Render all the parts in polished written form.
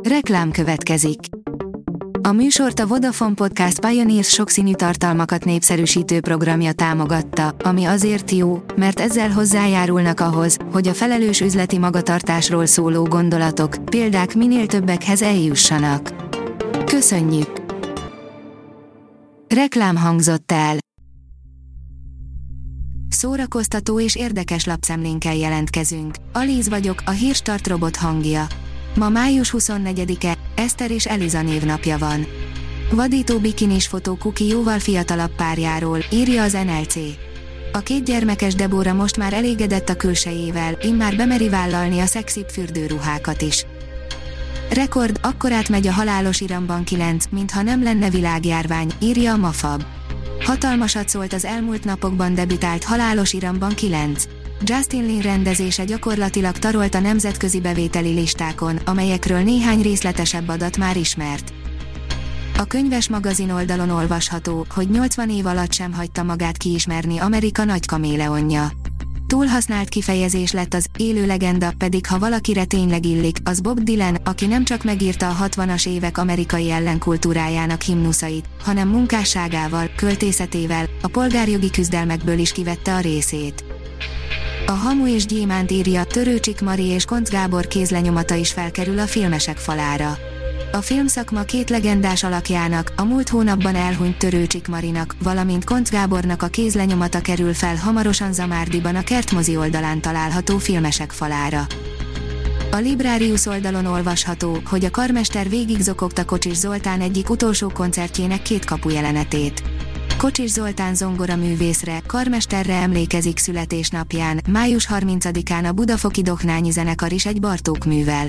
Reklám következik. A műsort a Vodafone Podcast Pioneers sokszínű tartalmakat népszerűsítő programja támogatta, ami azért jó, mert ezzel hozzájárulnak ahhoz, hogy a felelős üzleti magatartásról szóló gondolatok, példák minél többekhez eljussanak. Köszönjük! Reklám hangzott el. Szórakoztató és érdekes lapszemlénkkel jelentkezünk. Alíz vagyok, a Hírstart robot hangja. Ma május 24-e, Eszter és Eliza névnapja van. Vadító bikinis fotó Kuki jóval fiatalabb párjáról, írja az NLC. A kétgyermekes Debora most már elégedett a külsejével, immár bemeri vállalni a szexibb fürdőruhákat is. Rekord, akkorát megy a halálos iramban 9, mintha nem lenne világjárvány, írja a Mafab. Hatalmasat szólt az elmúlt napokban debütált halálos iramban 9. Justin Lin rendezése gyakorlatilag tarolt a nemzetközi bevételi listákon, amelyekről néhány részletesebb adat már ismert. A Könyves magazin oldalon olvasható, hogy 80 év alatt sem hagyta magát kiismerni Amerika nagy kaméleonja. Túlhasznált kifejezés lett az élő legenda, pedig ha valakire tényleg illik, az Bob Dylan, aki nem csak megírta a 60-as évek amerikai ellenkultúrájának himnuszait, hanem munkásságával, költészetével, a polgárjogi küzdelmekből is kivette a részét. A Hamu és Gyémánt írja, Törőcsik Mari és Koncz Gábor kézlenyomata is felkerül a filmesek falára. A filmszakma két legendás alakjának, a múlt hónapban elhunyt Törőcsik Marinak, valamint Koncz Gábornak a kézlenyomata kerül fel hamarosan Zamárdiban a Kertmozi oldalán található filmesek falára. A Librarius oldalon olvasható, hogy a karmester végig zokogta Kocsis Zoltán egyik utolsó koncertjének két kapujelenetét. Kocsis Zoltán zongoraművészre, karmesterre emlékezik születésnapján, május 30-án a Budafoki Doknányi Zenekar is egy Bartók művel.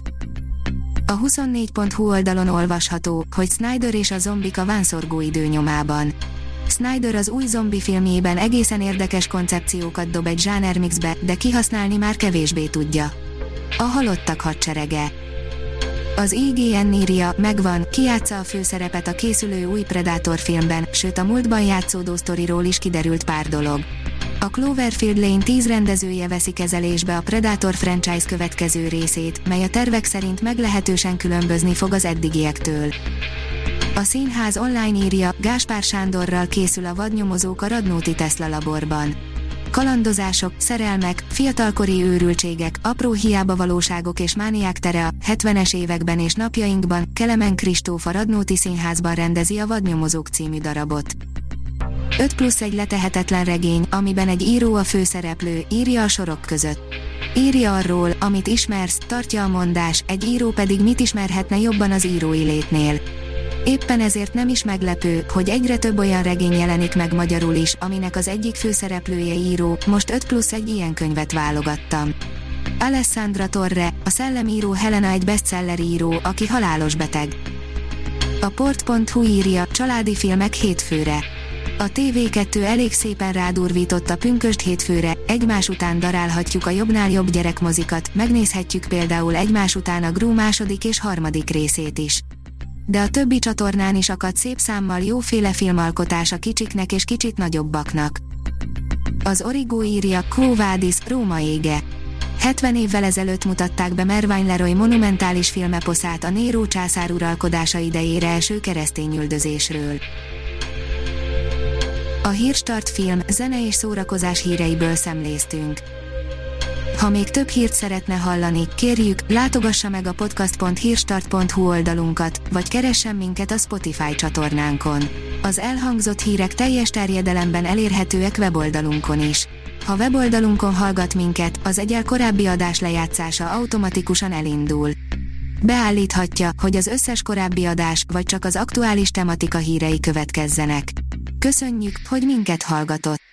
A 24.hu oldalon olvasható, hogy Snyder és a zombik a vánszorgó idő nyomában. Snyder az új zombi filmjében egészen érdekes koncepciókat dob egy zsánermixbe, de kihasználni már kevésbé tudja. A halottak hadserege. Az IGN írja, megvan, ki játsza a főszerepet a készülő új Predator filmben, sőt a múltban játszódó sztoriról is kiderült pár dolog. A Cloverfield Lane 10 rendezője veszi kezelésbe a Predator franchise következő részét, mely a tervek szerint meglehetősen különbözni fog az eddigiektől. A Színház online írja, Gáspár Sándorral készül a vadnyomozók a Radnóti Tesla laborban. Kalandozások, szerelmek, fiatalkori őrültségek, apró hiába valóságok és mániák tere a 70-es években és napjainkban. Kelemen Kristóf a Radnóti Színházban rendezi a Vadnyomozók című darabot. 5+1 letehetetlen regény, amiben egy író a főszereplő, írja a sorok között. Írja arról, amit ismersz, tartja a mondás, egy író pedig mit ismerhetne jobban az írói létnél. Éppen ezért nem is meglepő, hogy egyre több olyan regény jelenik meg magyarul is, aminek az egyik főszereplője író, most 5+1 ilyen könyvet válogattam. Alessandra Torre, a szellemíró Helena egy bestseller író, aki halálos beteg. A port.hu írja, családi filmek hétfőre. A TV2 elég szépen rádurvított a pünkösd hétfőre, egymás után darálhatjuk a jobbnál jobb gyerekmozikat, megnézhetjük például egymás után a Gru második és harmadik részét is. De a többi csatornán is akad szép számmal jóféle filmalkotás a kicsiknek és kicsit nagyobbaknak. Az Origo írja, Quo Vadis, Róma ége. 70 évvel ezelőtt mutatták be Mervyn Leroy monumentális filmeposzát a Néró császár uralkodása idejére eső keresztényüldözésről. A Hírstart film, zene és szórakozás híreiből szemléztünk. Ha még több hírt szeretne hallani, kérjük, látogassa meg a podcast.hírstart.hu oldalunkat, vagy keressen minket a Spotify csatornánkon. Az elhangzott hírek teljes terjedelemben elérhetőek weboldalunkon is. Ha weboldalunkon hallgat minket, az egyel korábbi adás lejátszása automatikusan elindul. Beállíthatja, hogy az összes korábbi adás, vagy csak az aktuális tematika hírei következzenek. Köszönjük, hogy minket hallgatott!